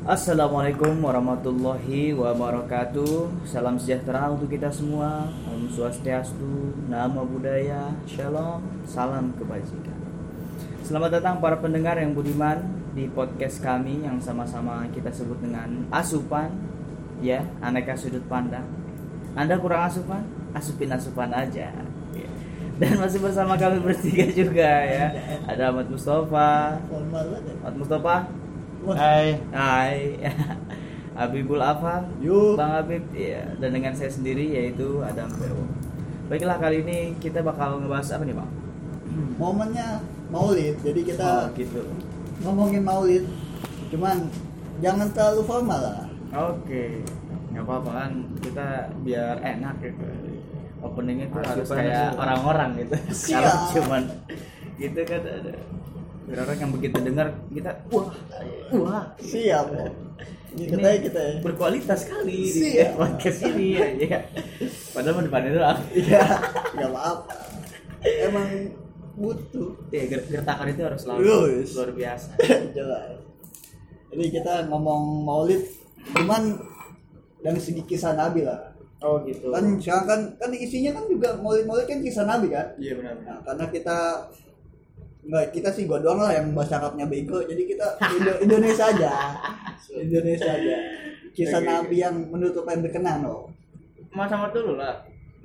Assalamualaikum warahmatullahi wabarakatuh. Salam sejahtera untuk kita semua. Om Swastiastu, Namo Buddhaya, Shalom, salam kebajikan. Selamat datang para pendengar yang budiman di podcast kami yang sama-sama kita sebut dengan Asupan, ya, aneka sudut pandang. Anda kurang asupan? Asupin asupan aja. Ya. Dan masih bersama kami bertiga juga ya. Ada Ahmad Mustafa. Ahmad Mustafa. Hai. Hai. Habibul Afam. Yuk. Bang Habib ya. Dan dengan saya sendiri yaitu Adam Bewo. Baiklah, kali ini kita bakal ngebahas apa nih, Bang? Momennya Maulid, jadi kita gitu. ngomongin Maulid, cuman jangan terlalu formal lah. Oke. Nggak apa-apa kan, kita biar enak gitu. Openingnya tuh harus Asupan kayak aja. orang-orang gitu. Siap. Kalau cuman gitu kan ada orang yang begitu dengar kita wah Siap. Ini kita ya. berkualitas sekali di Siap. podcast ini ya. Padahal mau depannya doang. Iya, nggak apa-apa. Emang butuh. Ya, gertakan itu harus Yes. luar biasa. Jelas. Jadi kita ngomong Maulid, cuman dari segi kisah Nabi lah. Oh gitu. Kan sekarang kan isinya kan juga Maulid kan kisah Nabi kan. Iya benar. Nah, karena kita sih gua doang lah yang bahasa Arabnya bego, jadi kita Indonesia aja. Indonesia aja. Kisah Oke. Nabi yang menurut apa yang berkenan loh. Sama dulu lah.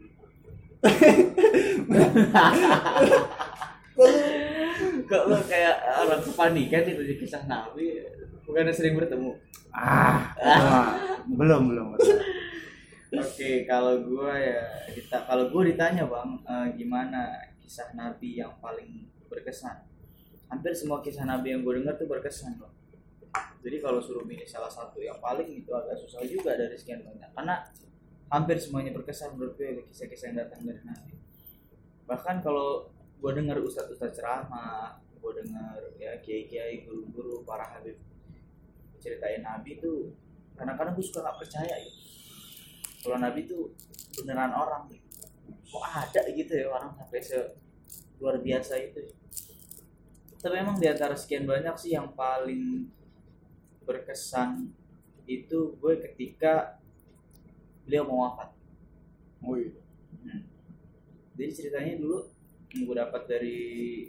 Kok lo kayak orang kepanikan itu di kisah Nabi, bukannya sering bertemu. Belum. Oke, kalau gue ditanya Bang, gimana kisah Nabi yang paling berkesan? Hampir semua kisah Nabi yang gue dengar tuh berkesan Bang. Jadi kalau suruh milih salah satu yang paling itu agak susah juga dari sekian banyak, karena hampir semuanya berkesan menurut gue kisah-kisah yang datang dari Nabi. Bahkan kalau gue dengar ustadz-ustadz ceramah, gue dengar ya kiai-kiai, guru-guru, para habib ceritain Nabi tuh, kadang-kadang gue suka nggak percaya gitu. Kalau Nabi tuh beneran orang gitu. Kok ada gitu ya orang sampai luar biasa itu. Tapi memang di antara sekian banyak sih yang paling berkesan itu gue ketika beliau mau wafat. Jadi ceritanya dulu yang gue dapat dari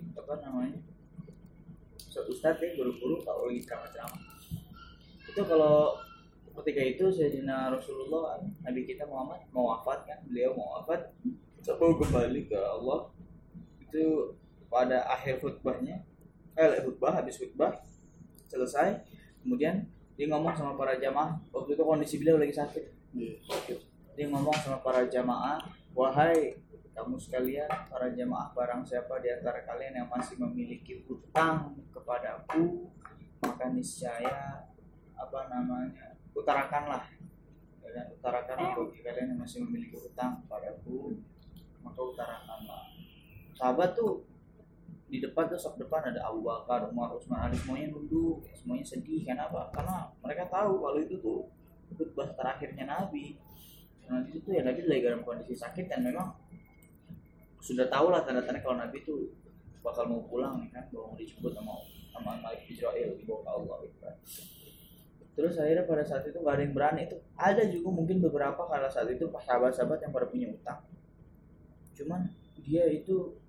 ustadz ya, guru-guru kalau lagi ceramah itu, kalau ketika itu Sayyidina Rasulullah, Nabi kita Muhammad mau wafat kan, beliau mau wafat, mau kembali ke Allah. Itu pada akhir habis khutbah selesai, kemudian dia ngomong sama para jamaah. Waktu itu kondisi beliau lagi sakit. Dia ngomong sama para jamaah, wahai kamu sekalian, para jamaah, barang siapa di antara kalian yang masih memiliki hutang kepadaku, maka niscaya utarakanlah bagi kalian yang masih memiliki hutang kepadaku, maka utarakanlah. Sahabat tuh di depan tuh, sok depan ada Abu Bakar, Umar, Utsman, Ali, semuanya nunduk, semuanya sedih. Kenapa? Karena mereka tahu kalau itu tuh khutbah terakhirnya Nabi. Karena itu tuh ya Nabi lagi dalam kondisi sakit, dan memang sudah tahu lah tanda-tanda kalau Nabi tuh bakal mau pulang nih kan, mau dijemput sama Malik Israel, dibawa ke Allah gitu kan. Terus akhirnya pada saat itu nggak ada yang berani. Itu ada juga mungkin beberapa kala saat itu sahabat-sahabat yang pada punya utang, cuman dia itu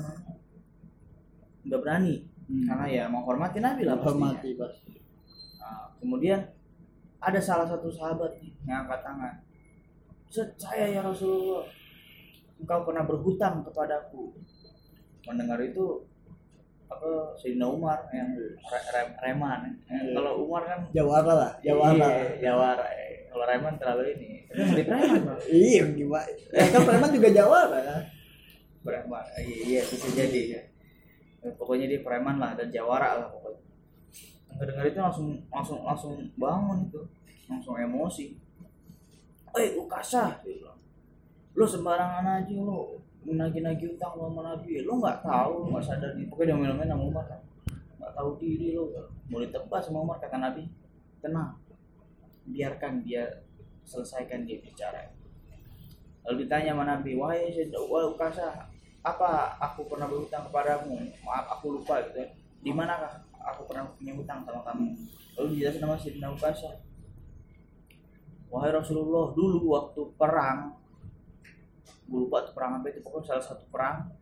nggak berani, karena ya menghormati Nabi lah pastinya. Pasti. Nah, kemudian ada salah satu sahabat nih yang angkat tangan, saya ya Rasulullah, engkau pernah berhutang kepadaku. Mendengar itu Sayyidina Umar yang Reman. Kalau Umar kan Jawara lah. Jawara. Kalau Reman terlalu ini. Tapi di Reman Bang. Iya, gimana? Kan preman juga Jawara kan? Preman. Iya, bisa jadi ya. Pokoknya dia preman lah dan Jawara lah pokoknya. Dengar itu langsung bangun itu. Langsung emosi. Ukasah, lo sembarangan aja lo nagih-nagih utang sama Nabi, lo nggak tahu, lo nggak sadar diri. Pokoknya dia main-main sama Umar kan, nggak tahu diri lo, mau ditebas sama Umar. Kata Nabi, tenang, biarkan dia selesaikan dia bicara. Lalu ditanya sama Nabi, wahai Ukasha, apa aku pernah berhutang kepadamu? Maaf aku lupa gitu ya. Di manakah aku pernah punya hutang sama kamu. Lalu dijelasin sama Sayyidina Ukasha, wahai Rasulullah, dulu waktu perang, gue lupa tuh perang apa itu, pokoknya salah satu perang,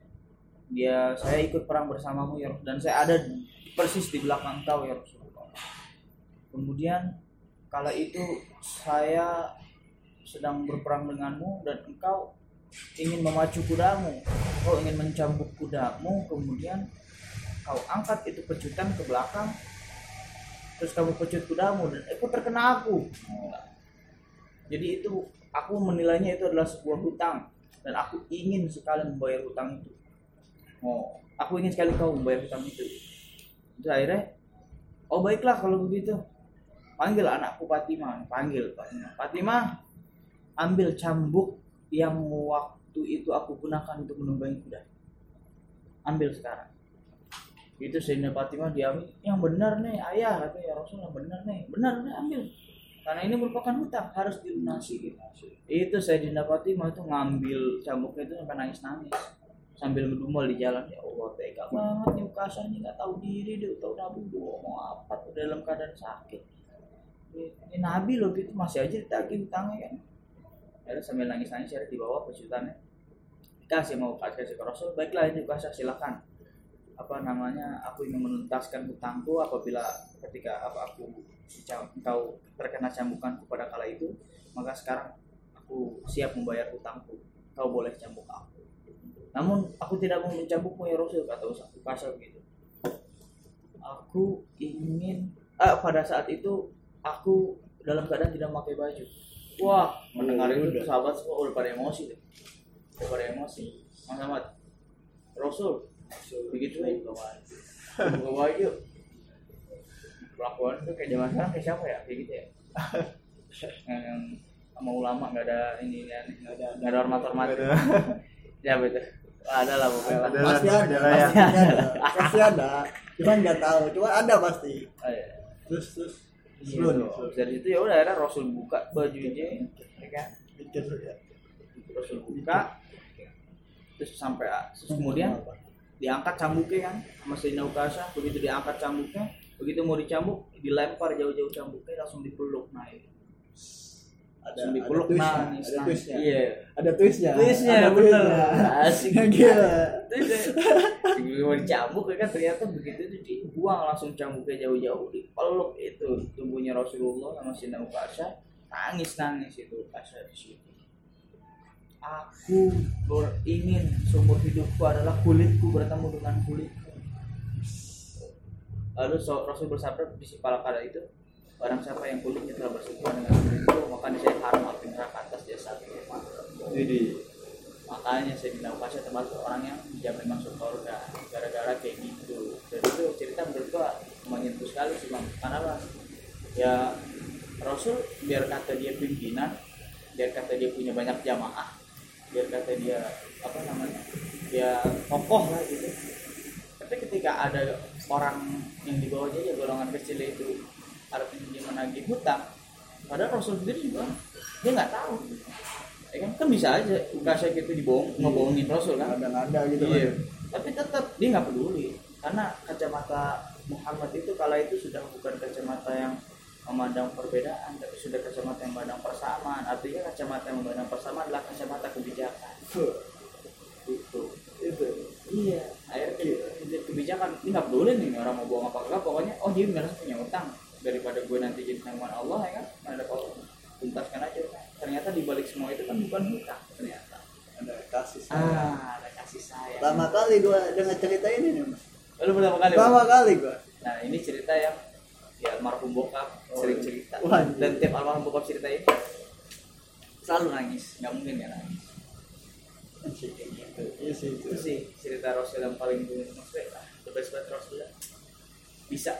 saya ikut perang bersamamu ya Rasul, dan saya ada persis di belakang kau ya Rasulullah. Kemudian kala itu saya sedang berperang denganmu dan engkau ingin memacu kudamu, kau ingin mencambuk kudamu, kemudian kau angkat itu pecutan ke belakang, terus kamu pecut kudamu dan itu terkena aku. Jadi itu aku menilainya itu adalah sebuah hutang dan aku ingin sekali membayar hutang itu. Aku ingin sekali kau membayar hutang itu. Terus akhirnya, oh baiklah kalau begitu, panggil anakku Fatimah, Fatimah, ambil cambuk yang waktu itu aku gunakan untuk menunggangi kuda, ambil sekarang. Itu Sayyidina Fatimah diambil, yang benar nih ayah, katanya ya Rasul, yang benar nih ambil, karena ini merupakan hutang harus dilunasi gitu. Itu Sayyidina Fatimah itu ngambil cambuknya itu sampai nangis sambil ngedumel di jalan, ya Allah tega banget nih Ukasha ini, nggak tahu diri, dia tahu Nabi mau apa tuh dalam keadaan sakit. Ini Nabi loh gitu masih aja ditagih hutangnya kan. Akhirnya sambil nangis-nangis saya dibawa pecutannya, kasih ke Rasul. Baiklah ini Ukasha, silakan, aku ingin menuntaskan hutangku apabila ketika engkau terkena cambukanku pada kala itu, maka sekarang aku siap membayar hutangku, kau boleh cambuk aku. Namun aku tidak mau mencambukmu ya Rasul, kata Ukasha begitu. Aku ingin pada saat itu aku dalam keadaan tidak memakai baju. Wah, mendengar itu sahabat semua udah pada emosi deh. Mas Ahmad, Rasul begitu buka baju. Pelakuan itu kayak zaman sekarang kayak siapa ya? Kayak gitu ya. Yang sama ulama nggak ada ini kan, nggak ada hormat. Ya betul. Ada lah pokoknya. Pasti ada. Cuman nggak tahu. Cuma ada pasti. Terus. Dari situ ya udah akhirnya Rasul buka bajunya, ya kan? Rasul buka, terus kemudian diangkat cambuknya kan sama Sayyidina Ukasha. Begitu diangkat cambuknya, begitu mau dicambuk, dilempar jauh-jauh cambuknya, langsung dipeluk naik. Ada twistnya. Iya. Ada twistnya. Bener. Asik gila. Mau dicambuk kan ternyata begitu itu dibuang langsung cambuknya jauh-jauh, dipeluk itu tubuhnya Rasulullah sama Sayyidina Ukasha. Nangis itu Ukasha di situ. Aku ingin seumur hidupku adalah kulitku bertemu dengan kulitku. Lalu Rasul bersabda di kala itu, barang siapa yang kulitnya telah bersentuhan dengan kulitku, maka saya haram api neraka atas jasanya. Jadi makanya Sayyidina Ukasha termasuk orang yang dijamin masuk surga gara-gara kayak gitu. Dan itu cerita menurut gua menyentuh sekali sih Bang. Karena ya Rasul biar kata dia pimpinan, biar kata dia punya banyak jamaah, biar kata dia dia kokoh lah gitu. Tapi ketika ada orang yang di bawahnya ya golongan kecil itu artinya dia menagih hutang, padahal Rasul sendiri juga dia nggak tahu, ya kan bisa aja Ukasha gitu ngebohongin Rasul kan, ada gitu iya. Kan. Tapi tetap dia nggak peduli karena kacamata Muhammad itu kala itu sudah bukan kacamata yang memandang perbedaan, tapi sudah kacamata yang memandang persamaan. Artinya kacamata yang memandang persamaan adalah kacamata kebijakan. Itu. Iya. Akhirnya kebijakan ini nggak peduli nih orang mau bohong apa enggak, pokoknya dia merasa punya utang, daripada gue nanti jadi tanggungan Allah ya kan, ada kau tuntaskan aja. Ternyata di balik semua itu kan bukan hutang, ternyata ada kasih sayang. Ada kasih sayang. Pertama kali gue dengar cerita ini nih Mas. Lalu pertama kali gue. Nah ini cerita yang ya almarhum bokap sering cerita. Dan tiap almarhum bokap cerita ini selalu nangis, nggak mungkin ya nangis. Itu sih cerita Rasul yang paling maksudnya the best banget Rasul bisa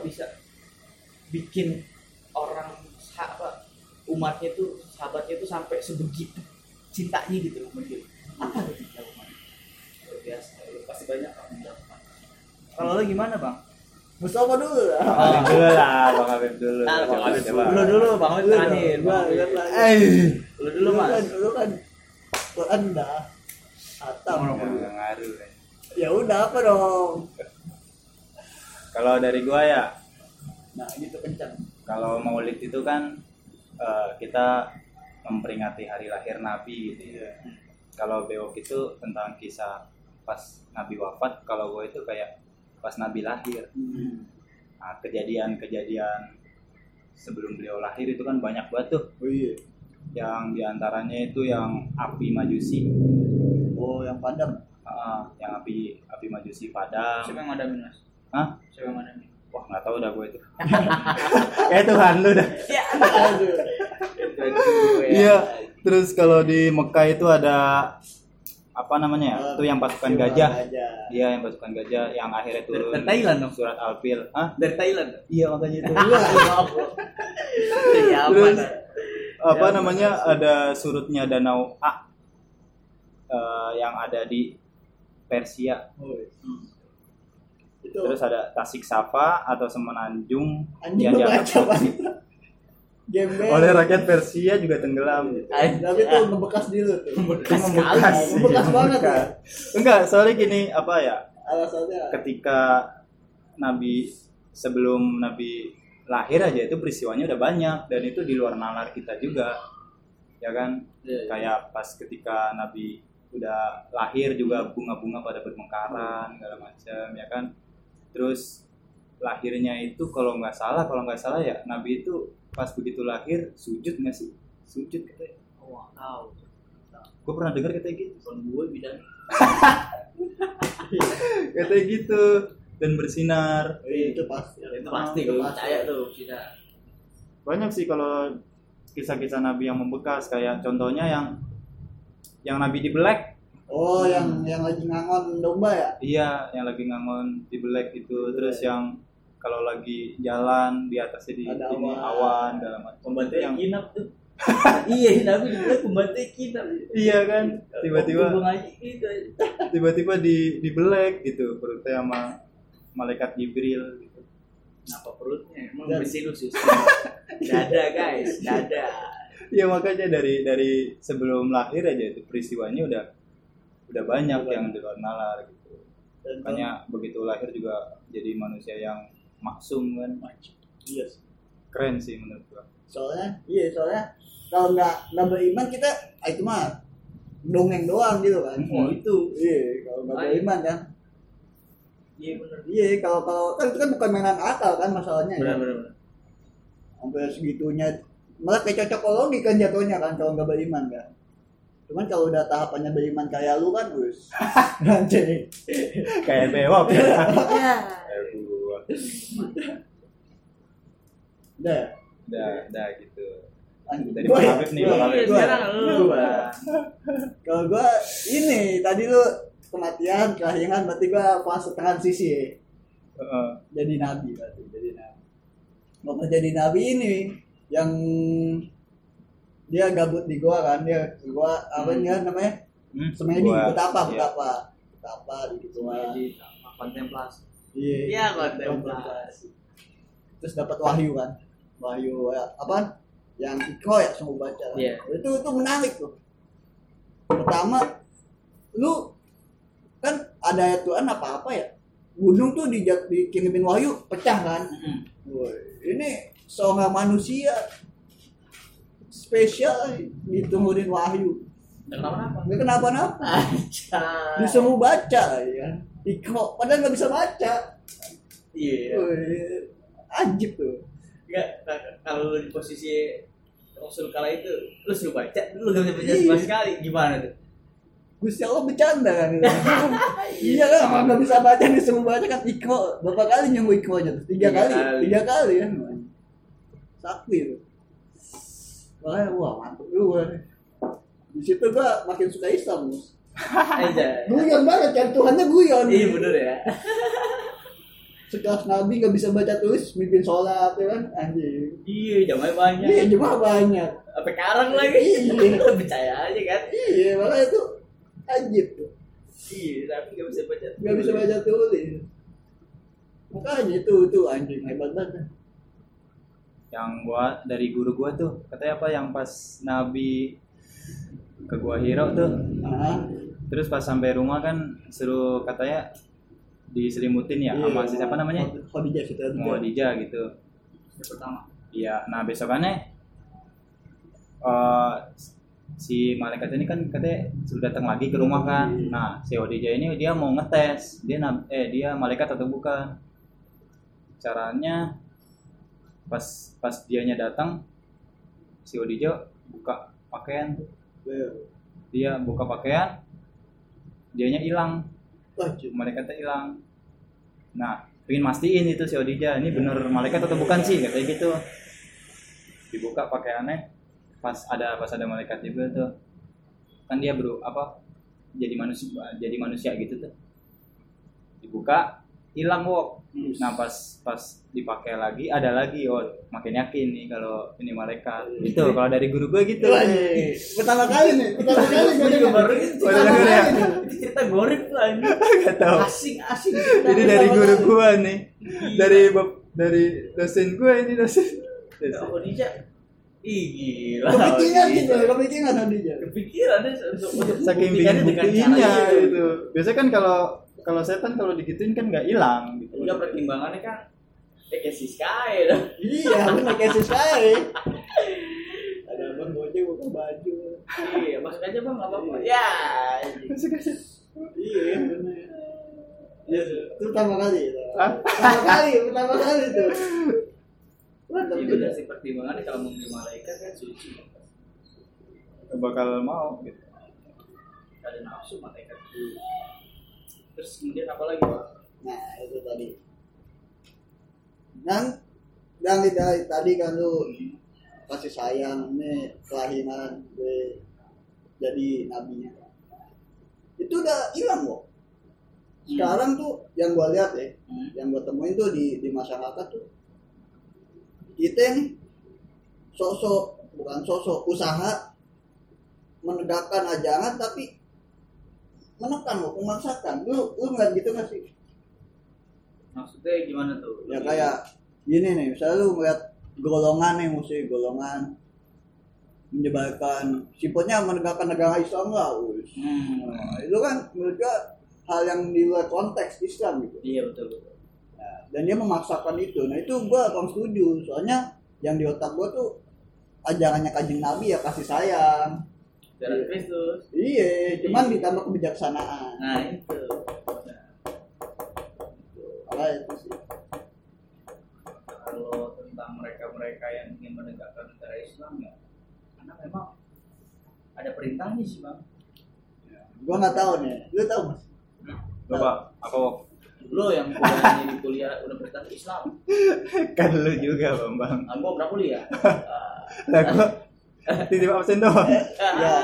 bikin orang umatnya tuh, sahabatnya tuh sampai sebegitu cintanya gitu mungkin. Apa itu umat? Luar biasa, pasti banyak orang yang melakukan. Kalau lo gimana Bang? Mustafa dulu lah. Bang Habib dulu. Dulu Bang Habib terakhir. Lu dulu Mas. Lu kan Quran dah. Hatam. Enggak ngaruh. Ya udah apa dong? Kalau dari gua ya, Nah gitu kencang. kalau Maulid itu kan kita memperingati hari lahir Nabi gitu ya. Kalau Bewok itu tentang kisah pas Nabi wafat, kalau gua itu kayak pas Nabi lahir. Nah, kejadian-kejadian sebelum beliau lahir itu kan banyak banget tuh. Oh iya. Yang diantaranya itu yang api Majusi. Oh yang padam. Yang api Majusi padam. Siapa yang madamin mas? Hah? Siapa yang madamin? Wah, nggak tahu dah gue itu. Kayak Tuhan lu dah. Aduh. Iya. Terus kalau di Mekah itu ada apa namanya ya? Itu yang pasukan gajah. Iya, yang pasukan gajah yang akhirnya turun. Dari Thailand dong. Surat Al-Fil. Hah? Dari Thailand. Iya, makanya itu. Terus Apa namanya? Ada surutnya Danau A. Yang ada di Persia. Itu Terus ada Tasik Safa atau Semenanjung anjing yang lu baca dianggap banget. Gembel. oleh rakyat Persia juga tenggelam. Tapi itu ngebekas di lu tuh. Membekas Membekas. sekali. Membekas banget ya. Enggak, soalnya gini, apa ya? Alasannya Ketika sebelum Nabi lahir aja itu peristiwanya udah banyak dan itu di luar nalar kita juga. Ya kan? Kayak pas ketika Nabi udah lahir juga bunga-bunga pada bermekaran segala macam, ya kan? Terus lahirnya itu kalau nggak salah ya Nabi itu pas begitu lahir sujud nggak sih? Sujud katanya. Wow. Gue pernah dengar katanya gitu. Kalau gue bilang Katanya gitu dan bersinar. itu pasti. itu pasti gue percaya tuh kita. Banyak sih kalau kisah-kisah Nabi yang membekas, kayak contohnya yang Nabi dibelek. Oh, yang lagi ngangon domba ya? Iya, yang lagi ngangon dibelek itu. Terus yang kalau lagi jalan di atasnya di Ada ini awan. awan dalam Pembantu yang yang kinap tuh. Iya, Nabi dibilang pembantu yang kinap. iya kan, tiba-tiba Ngomong aja gitu. tiba-tiba dibelek gitu perutnya sama malaikat Jibril gitu. Kenapa perutnya? Emang Dan- bersih lu susu. Dada guys, dada. Ya makanya dari sebelum lahir aja itu peristiwanya udah banyak yang di luar nalar gitu. Dan Makanya begitu lahir juga jadi manusia yang maksum kan. iya. Keren sih menurut gua. Soalnya kalau nggak beriman kita itu mah dongeng doang gitu kan. Oh itu. Iya, kalau nggak beriman kan. Iya benar. Iya, kalau kan itu kan bukan mainan akal kan masalahnya ya. Benar. Sampai segitunya malah kayak cocokologi kan jatuhnya kan kalau nggak beriman kan. Cuman kalau udah tahapannya beriman kayak lu kan, wis. Anjing. Kayak bewok ya. Ya. Kayak gua. Udah gitu. Dari Gua Bang ya? Habib nih, Gua- Bang Habib. gua- Sekarang lu. gua. Kalau ini tadi lu kematian, kelahiran, berarti gua fase transisi ya. Heeh. Jadi nabi berarti, jadi nabi. Mau jadi nabi ini yang dia gabut di gua kan, gua apa namanya? Semedi, Gua- betapa iya. di gitu lah. Jadi kontemplasi. Iya. Iya, kontemplasi. Terus dapat wahyu kan. Wahyu apa? Yang Iko ya semua baca kan. Iya. Itu menarik tuh. Pertama, lu kan ada ayat Tuhan apa ya? Gunung tuh dikirimin wahyu pecah kan. Woi, ini seorang manusia spesial diturunin wahyu. Kenapa? Nggak kenapa-napa. Anjay. Disuruh baca ya. Iko padahal nggak bisa baca. Iya. Woi, ajib tuh. Enggak, kalau lu di posisi Rasul kala itu, lu suruh baca, lu gak bisa baca sama sekali, gimana tuh? Gusti Allah bercanda kan gitu. Iya kan, kalau nggak bisa baca disuruh baca kan Iko. Berapa kali nyunggu Iko-nya tuh? Tiga kali ya. Sakti tuh. Wah mantap juga nih. Di situ gua makin suka Islam, Mus. Aja. Guyon banget kan, Tuhannya guyon. Iya bener ya. Sekelas Nabi nggak bisa baca tulis, mimpin sholat ya kan, anjing. Iya, jamnya banyak. Iya, cuma banyak. Apa karang lagi? Iya. Percaya aja kan? Iya, makanya itu ajib tuh. Iya, tapi gak bisa baca. Nggak bisa baca tulis. Makanya itu anjing hebat banget. Yang dari guru gua tuh katanya apa, yang pas Nabi ke Gua Hira tuh, Ah, terus pas sampai rumah kan suruh katanya diselimutin ya sama si siapa namanya? Khadijah itu. Khadijah gitu. Yang pertama. Iya, nah besokannya si malaikat ini kan katanya sudah datang lagi ke rumah kan. Nah, si Khadijah ini dia mau ngetes, dia malaikat atau bukan. Caranya pas dianya datang, si Khadijah buka pakaian tuh. Dia buka pakaian, dianya hilang. Malaikatnya hilang. Nah, pengen mastiin itu si Khadijah, ini bener malaikat atau bukan sih, katanya gitu. Dibuka pakaiannya, pas ada malaikat juga tuh. Kan dia jadi manusia gitu tuh. Dibuka, hilang kok. Nah, pas dipakai lagi, ada lagi. Oh, makin yakin nih kalau ini malaikat. Gitu, kalau dari guru gue gitu. Pertama kali gue baru itu cerita goreng tuh anjing. Enggak tahu. Asing. Ini dari guru gue nih. Dari dosen gue ini dosen. Khadijah. Ih gila. Kepikiran Khadijah. Kepikiran deh saking bingung buktiinnya gitu. Biasanya kan kalau setan kalau digituin kan nggak hilang gitu. Enggak, pertimbangannya kan kayak Siskae dah. Iya, benar kayak Siskae. Ada abang Gojek buka baju. Iya, masuk aja bang, nggak apa-apa. Ya. Masuk aja. Iya, benar. Iya, itu pertama kali. Pertama kali tuh. Itu udah sih pertimbangannya kalau mau malaikat kan suci. Bakal mau gitu. Ada nafsu malaikat. Terus kemudian apa lagi pak? Nah itu tadi. Dan tadi kan lu kasih sayang ini kelahiran gue jadi nabinya. Itu udah hilang kok. Sekarang tuh yang gue lihat yang gue temuin tuh di masyarakat tuh kita nih bukan sosok usaha menegakkan ajaran tapi menekan loh, memaksakan. Lu nggak gitu nggak sih? Maksudnya gimana tuh? Ya kayak gini nih, misalnya lu ngeliat golongan nih, golongan menyebarkan sifatnya menegakkan negara Islam lah. Nah, itu kan menurut gua hal yang di luar konteks Islam gitu. Iya betul. Nah, dan dia memaksakan itu. Nah itu gua kurang setuju. Soalnya yang di otak gua tuh ajarannya Kanjeng Nabi ya kasih sayang. Jalan Kristus. Iya, cuman ditambah kebijaksanaan. Nah itu. Itu sih. Kalau tentang mereka yang ingin menegakkan negara Islam ya, karena memang ada perintahnya sih bang. Gua nggak tahu nih, lu tahu mas? Coba, aku lo yang kuliahnya di kuliah Universitas Islam. Kan lu juga bang. Gua pernah kuliah. Lah gua titip absen doang. Ya.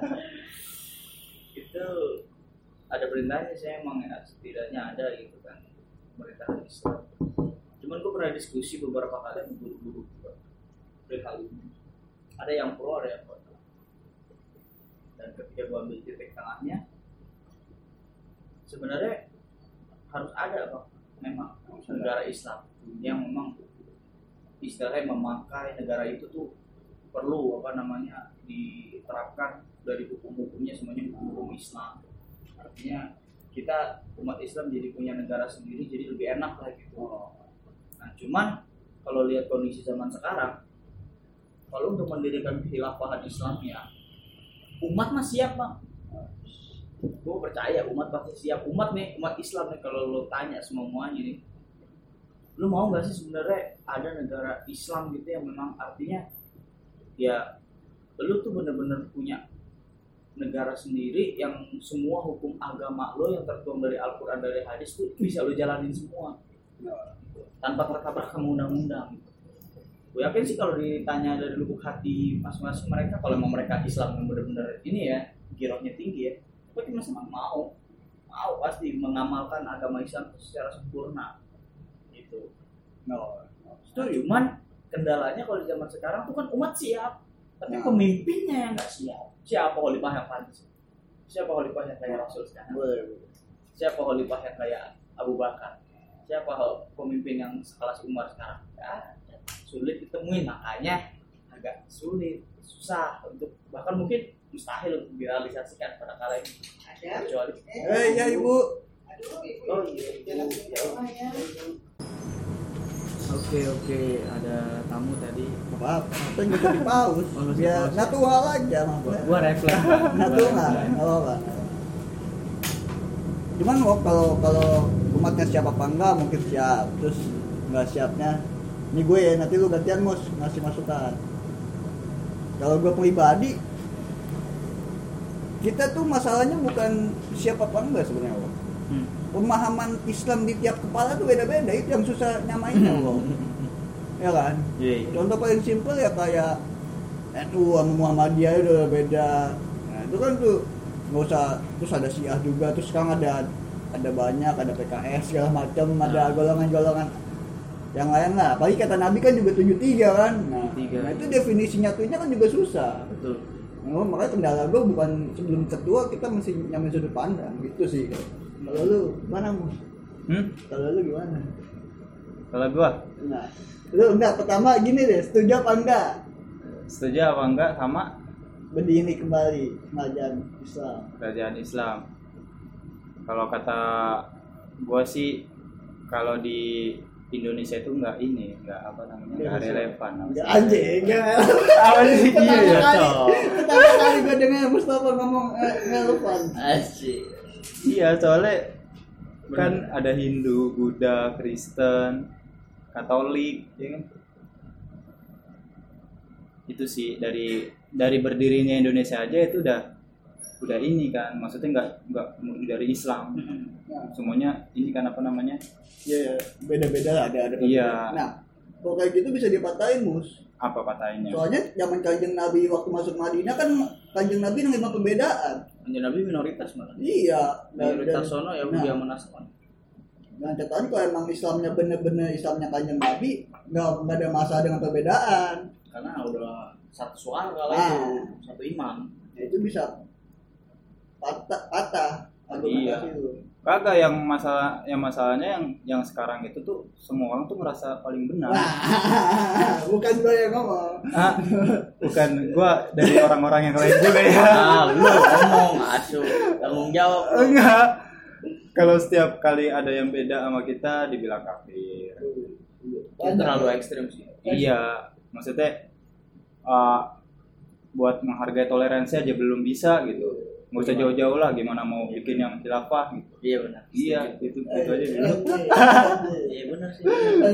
Itu ada perintahnya saya emang ya, setidaknya ada gitu kan pemerintahan Islam. Cuman gue pernah diskusi beberapa kali dengan guru-guru hal ini. Ada yang pro, ada yang kontra. Dan ketika gue ambil titik tengahnya, sebenarnya harus ada bang, memang negara Islam yang memang istilahnya memakai negara itu tuh perlu diterapkan dari hukum-hukumnya semuanya hukum Islam. Artinya kita umat Islam jadi punya negara sendiri, jadi lebih enak lah gitu. Nah cuman kalau lihat kondisi zaman sekarang, kalau untuk mendirikan khilafah Islamnya, umat mah siap bang. Gue percaya umat pasti siap. Umat Islam nih, kalau lo tanya semuanya nih, lo mau nggak sih sebenarnya ada negara Islam gitu yang memang artinya ya lo tuh bener-bener punya negara sendiri yang semua hukum agama lo yang tertuang dari Al-Quran, dari hadis tuh bisa lo jalanin semua tanpa tertabrak sama undang-undang. Gue yakin sih kalau ditanya dari lubuk hati masing-masing mereka, kalau memang mereka Islam yang benar-benar ini ya girohnya tinggi ya, tapi masih mau pasti mengamalkan agama Islam secara sempurna gitu. Cuman kendalanya kalau di zaman sekarang tuh kan umat siap, tapi pemimpinnya yang nggak siap. Siapa khalifah yang pantas? Siapa khalifah yang kayak Rasul sekarang? Siapa khalifah yang kayak Abu Bakar? Siapa pemimpin yang sekelas Umar sekarang? Ya, sulit ditemuin, makanya agak susah untuk, bahkan mungkin mustahil untuk direalisasikan pada kala ini. Kecuali ya ibu, Oh iya. Oke, ada tamu tadi. Apa? Itu nggak jadi paus. Ya natural aja maksudnya. Gua refleks. Natural. Apa? Cuman kalau umatnya siap apa enggak mungkin siap. Terus nggak siapnya, ini gue ya nanti lu gantian mus ngasih masukan. Kalau gue pribadi, kita tuh masalahnya bukan siapa apa enggak sebenarnya, loh. Pemahaman Islam di tiap kepala tuh beda-beda, itu yang susah nyamainnya, loh. Ya kan? Iya. Contoh paling simpel ya kayak NU sama Muhammadiyah itu udah beda. Nah, itu kan tuh nggak usah, terus ada Syiah juga, terus sekarang ada banyak, ada PKS segala macam, ada golongan-golongan yang lain lah. Apalagi kata Nabi kan juga 73 kan. Nah itu definisi nyatunya kan juga susah. Betul. Nah, makanya kendala gue bukan sebelum ketua kita mesti nyamain sudut pandang gitu sih. Kalau lu gimana, Mus? Kalau lu gimana? Kalau gua, Nah, lu enggak, pertama gini deh, setuju apa enggak? setuju apa enggak sama Berdiri kembali kerajaan Islam? Kalau kata gua sih, kalau di Indonesia itu enggak apa namanya, enggak relevan. Enggak anjing, enggak. Apa sih iya ya, Pertama kali gue dengar Mustafa ngomong enggak relevan. Asik. Iya, soalnya kan ada Hindu, Buddha, Kristen, Katolik, ya kan? Itu sih dari berdirinya Indonesia aja itu udah ini kan, maksudnya nggak dari Islam. Semuanya ini kan apa namanya? Iya, beda-beda lah, ada. Iya. Nah, kalau kayak gitu bisa dipatahin, Mus. Apa patahinnya? Soalnya zaman Kanjeng Nabi waktu masuk Madinah kan Kanjeng Nabi nerima pembedaan. Kanjeng Nabi minoritas malah. Iya, Minoritas sono ya Yahudi sama Nasrani. Dan catatan kalau emang Islamnya bener-bener Islamnya Kanjeng Nabi, nggak ada masalah dengan perbedaan. Karena udah satu suara lah itu, satu imam. Ya itu bisa patah argumentasi itu. Kagak, masalahnya yang sekarang itu tuh semua orang tuh merasa paling benar. Bukan gue yang ngomong. Bukan gua, dari orang-orang yang lain juga ya. Lu ngomong asuh, tanggung jawab. Enggak. Kalau setiap kali ada yang beda sama kita dibilang kafir. Itu terlalu ekstrim sih. Iya, maksudnya buat menghargai toleransi aja belum bisa gitu. Nggak usah jauh-jauh lah, gimana mau bikin yang khilafah gitu. Iya benar. Iya, itu aja dulu. Iya benar sih.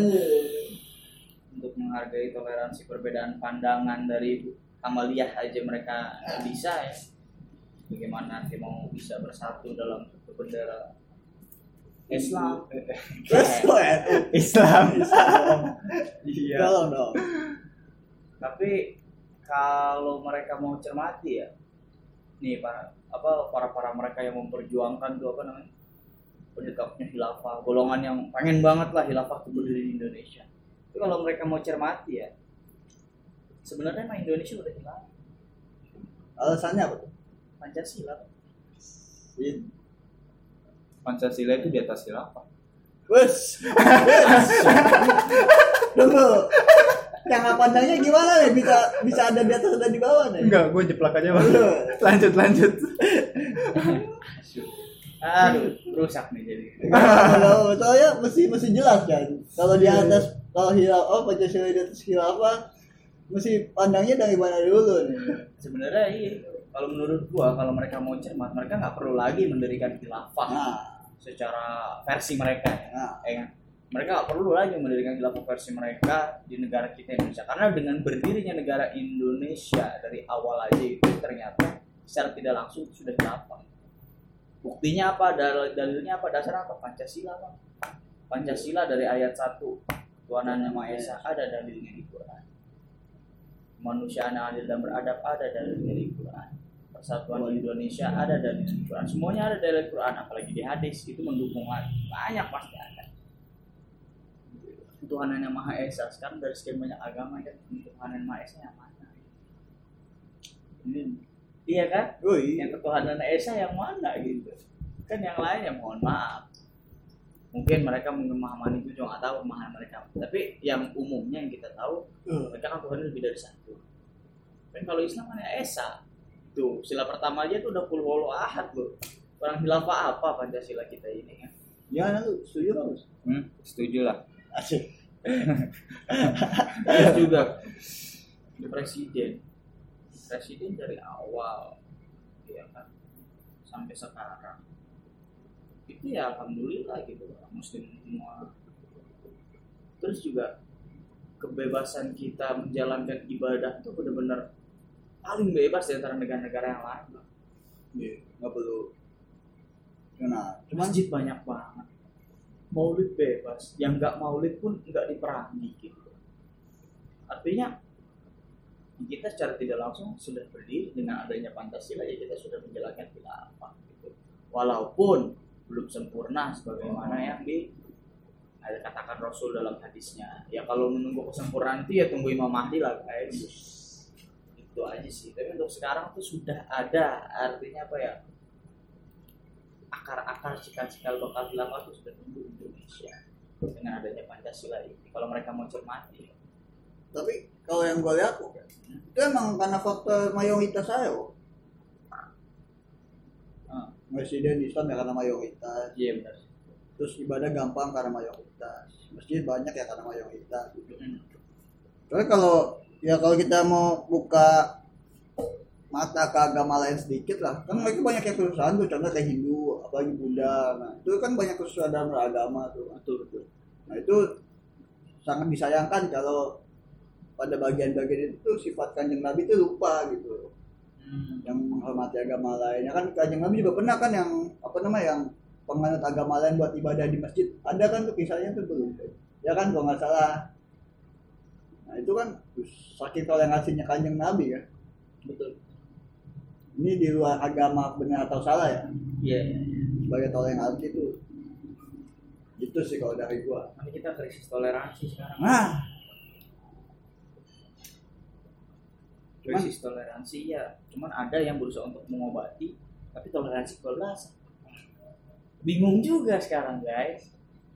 Untuk menghargai toleransi perbedaan pandangan dari amaliyah aja mereka bisa ya. Bagaimana nanti mau bisa bersatu dalam satu bendera Islam. Islam. Iya. Tolong dong. Tapi kalau mereka mau cermati ya, nih para mereka yang memperjuangkan tuh apa namanya, pendekatnya khilafah, golongan yang pengen banget lah khilafah itu berdiri di Indonesia. Itu kalau mereka mau cermati ya, sebenarnya mah Indonesia udah hilang. Alasannya apa tuh? Pancasila. Pancasila itu di atas khilafah. Wes. Tunggu. Cara pandangnya gimana nih, bisa ada di atas ada di bawah nih? Enggak, gue jeplak aja Bang. Lanjut. Aduh, rusak nih jadi. Soalnya mesti jelas kan. Kalau di atas, kalau Pancasila di atas khilafah, mesti pandangnya dari mana dulu nih? Sebenarnya iya. Kalau menurut gua, kalau mereka mau cermat, mereka nggak perlu lagi mendirikan khilafah secara versi mereka. Mereka nggak perlu lagi mendirikan khilafah versi mereka di negara kita Indonesia. Karena dengan berdirinya negara Indonesia dari awal aja itu ternyata secara tidak langsung sudah khilafah. Buktinya apa? Dalilnya apa? Dasar apa? Pancasila, Bang. Pancasila dari ayat 1 Tuhan Yang Maha Esa ada dalilnya di Quran. Kemanusiaan yang adil dan beradab ada dalilnya di Quran. Persatuan Indonesia ada dalilnya di Quran. Semuanya ada dalil Quran, apalagi di hadis itu mendukung banyak pasti ada. Tuhan Yang Maha Esa, sekarang dari sekian banyak agama kan Tuhan Yang Maha Esa yang mana? Iya kan? Yang ketuhanan Esa yang mana gitu? Kan yang lain ya mohon maaf. Mungkin mereka memahami itu juga nggak tahu pemahaman mereka. Tapi yang umumnya yang kita tahu, mereka kan Tuhan lebih dari satu. Dan kalau Islam kan ya Esa. Tuh, sila pertama aja tuh udah qul huwallahu ahad loh. Orang khilafah apa Pancasila kita ini kan? Ya, lu setuju kan? Setuju lah. Asik. Terus juga presiden dari awal ya kan sampai sekarang itu ya alhamdulillah gitu, muslim semua. Terus juga kebebasan kita menjalankan ibadah itu benar-benar paling bebas di antara negara-negara yang lain. Iya, nggak perlu. Nah, Masjid banyak banget, maulid bebas, yang nggak maulid pun nggak diperangi gitu. Artinya kita secara tidak langsung sudah berdiri dengan adanya Pancasila, ya kita sudah menjalankan khilafah gitu. Walaupun belum sempurna sebagaimana yang ada katakan Rasul dalam hadisnya. Ya kalau menunggu kesempurnaan itu ya tunggu Imam Mahdi lah guys. Itu aja sih. Tapi untuk sekarang tuh sudah ada, artinya apa ya? Akar-akar cikal-cikal bakal khilafah itu sudah tumbuh di Indonesia dengan adanya Pancasila ini. Kalau mereka mau cermati. tapi kalau yang gue lihat itu emang karena faktor mayoritas saya. Presiden Islam ya karena mayoritas. Iya benar. Terus ibadah gampang karena mayoritas. Masjid banyak ya karena mayoritas. Tapi kalau kita mau buka mata ke agama lain sedikit lah, kan mereka banyak yang kesusahan tuh, contoh kayak Hindu, apalagi Buddha. Nah itu kan banyak kesusahan dalam beragama tuh. Betul. Nah itu sangat disayangkan kalau pada bagian-bagian itu sifat Kanjeng Nabi itu lupa gitu. Yang menghormati agama lain. Ya kan Kanjeng Nabi juga pernah kan yang yang penganut agama lain buat ibadah di masjid. Ada kan tuh kisahnya tuh belum. Ya kan kalau nggak salah. Nah itu kan saking toleransinya Kanjeng Nabi kan. Betul. Ini di luar agama benar atau salah ya? Iya. Sebagai toleransi itu sih kalau dari gua. Nanti kita krisis toleransi sekarang. Nah, Krisis toleransi ya, cuman ada yang berusaha untuk mengobati, tapi toleransi kebablasan. Bingung juga sekarang guys.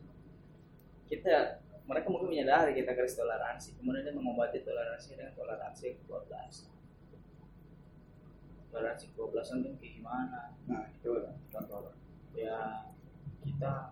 Mereka mungkin menyadari kita krisis toleransi, kemudian dia mengobati toleransi dengan toleransi kebablasan. Toleransi kebablasan itu kayak gimana? nah itu contoh. Ya kita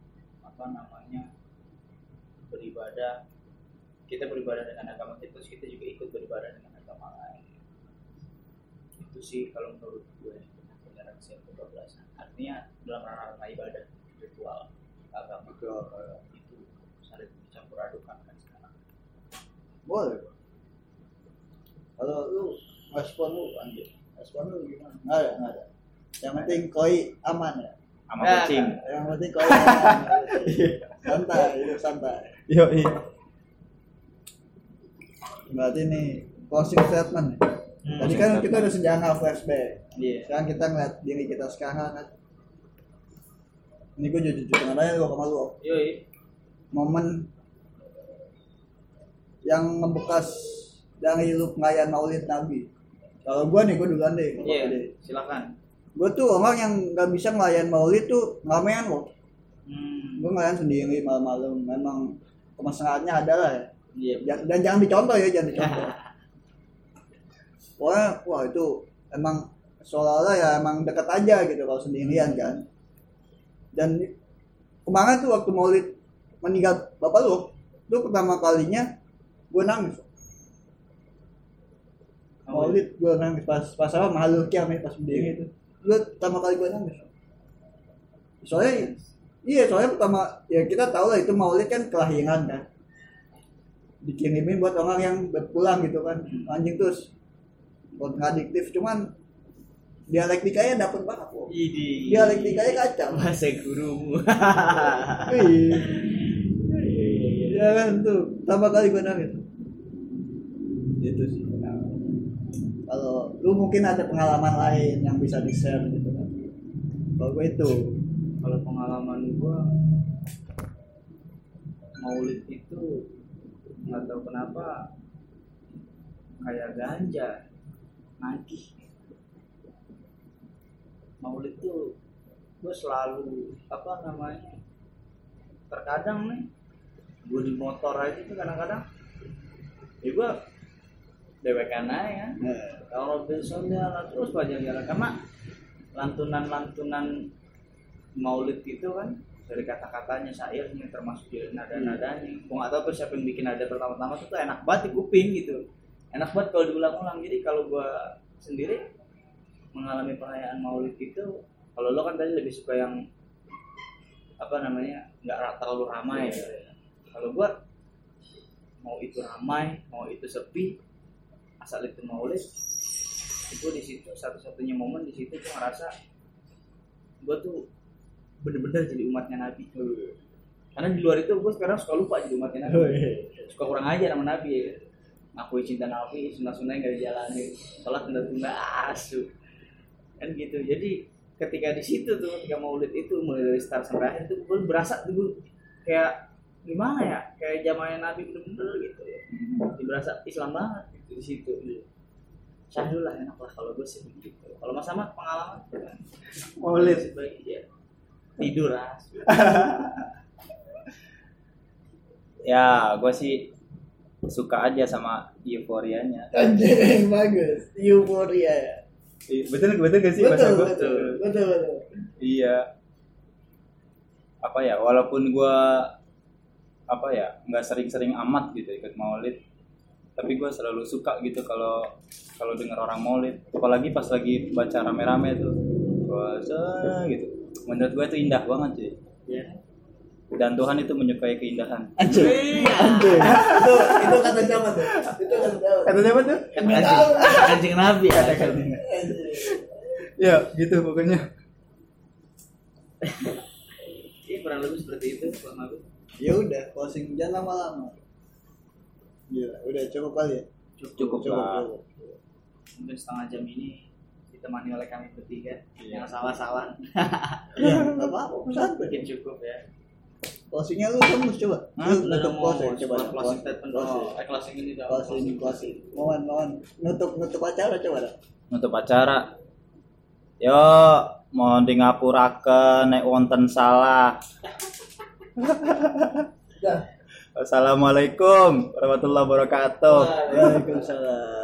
beribadah. Kita beribadah dengan agama kita, terus kita juga ikut beribadah dengan agama lain. Itu sih kalau menurut gue toleransi kebablasan. Artinya dalam ranah ibadah, ritual agama itu saling dicampur adukan kan sekarang. Boleh. Kalau lu respon lu gimana? Nggak ada. Yang penting koi aman ya. Sama kucing. Yang penting koi aman. Santai. Yo iya. Berarti nih closing statement. Tadi kan kita udah sejarah flashback. Iya. Sekarang kita ngeliat diri kita sekarang kan. Ini gue jujur nanya lu sama lu. Yoi. Momen yang membekas dari lu pengayaan Maulid Nabi. Kalau gue duluan deh. Iya. Silakan. Gue tuh orang yang nggak bisa ngelayan Maulid tuh ngamen loh. Gue ngelayan sendiri malam-malam. Memang kemesraannya ada lah ya. Iya. Dan jangan dicontoh ya, Pokoknya, wah itu emang seolah-olah ya emang dekat aja gitu kalau sendirian kan. Dan kemarin tuh waktu Maulid meninggal bapak lu, itu pertama kalinya gue nangis. Maulid gue nangis pas apa makhluk kiamat pas sendiri itu. Gue pertama kali gue nangis. Soalnya pertama ya kita tahu lah itu Maulid kan kelahiran kan. Dikirimin buat orang yang berpulang gitu kan. Anjing terus kontradiktif, cuman dialektikanya dapet banget kok. Dialektikanya kacau. Bahasa gurumu. Iya kan tuh pertama kali gue nangis. Itu sih. Kalau lu mungkin ada pengalaman lain yang bisa di-share gitu kan. Kalau gue itu, kalau pengalaman gue Maulid itu nggak tahu kenapa kayak ganja nagih. Maulid tuh gue selalu terkadang nih gue di motor aja tuh kadang-kadang ya gue dewekan aja kan. Kalau besoknya terus aja jalan karena lantunan Maulid itu kan dari kata-katanya, syairnya, termasuk dari nada-nadanya. Gue nggak tahu tuh siapa yang bikin nada pertama-tama tuh enak banget di kuping gitu, enak banget kalau diulang-ulang. Jadi kalau gue sendiri mengalami perayaan Maulid itu, kalau lo kan tadi lebih suka yang apa namanya, nggak terlalu ramai ya. Kalau gue mau itu ramai, mau itu sepi, asal itu Maulid, itu di situ satu-satunya momen di situ gue ngerasa gue tuh bener-bener jadi umatnya Nabi. Karena di luar itu gue sekarang suka lupa jadi umatnya Nabi, suka kurang aja sama Nabi ya. Ngakui cinta Nabi, sunnah-sunnahnya nggak dijalanin, sholat tunda-tunda asu kan gitu. Jadi ketika di situ tuh, ketika Maulid itu mulai dari start sampai akhir tuh gue berasa tuh gue kayak gimana ya, kayak zamannya Nabi bener-bener gitu ya. Berasa Islam banget gitu di situ. Syahdu lah, enak lah kalau gue sih begitu. Kalau Mas Ahmad pengalaman Maulid sebagai ya tidur lah. Ya, gue sih suka aja sama euforianya. anjing bagus, euforia ya. Betul gak sih bahasa gue? Betul. Iya. Apa ya, walaupun gue apa ya, nggak sering-sering amat gitu ikut Maulid, tapi gue selalu suka gitu kalau dengar orang Maulid, apalagi pas lagi baca rame-rame tuh, puasa gitu. Menurut gue itu indah banget sih. Ya. Dan Tuhan itu menyukai keindahan. Anjing. Itu kata siapa tuh? Itu kata siapa? Kata siapa tuh? Anjing Nabi ada kan. Ya, gitu pokoknya. Iya, kurang lebih seperti itu Bang Agus. Ya udah, closing jangan lama-lama. Gila, udah cukup kali ya? Cukup lah. Mungkin setengah jam ini ditemani oleh kami bertiga. Yang salah-salah. Iya, enggak apa-apa, santai. Mungkin cukup ya. Closingnya lu kamu coba. Nutup closing coba. Closing statement. Closing ini dah. Closing. Mohon nutup acara coba dah. Nutup acara. Yo, mohon di ngapuraken nek wonten salah. Assalamualaikum warahmatullahi wabarakatuh. Waalaikumsalam.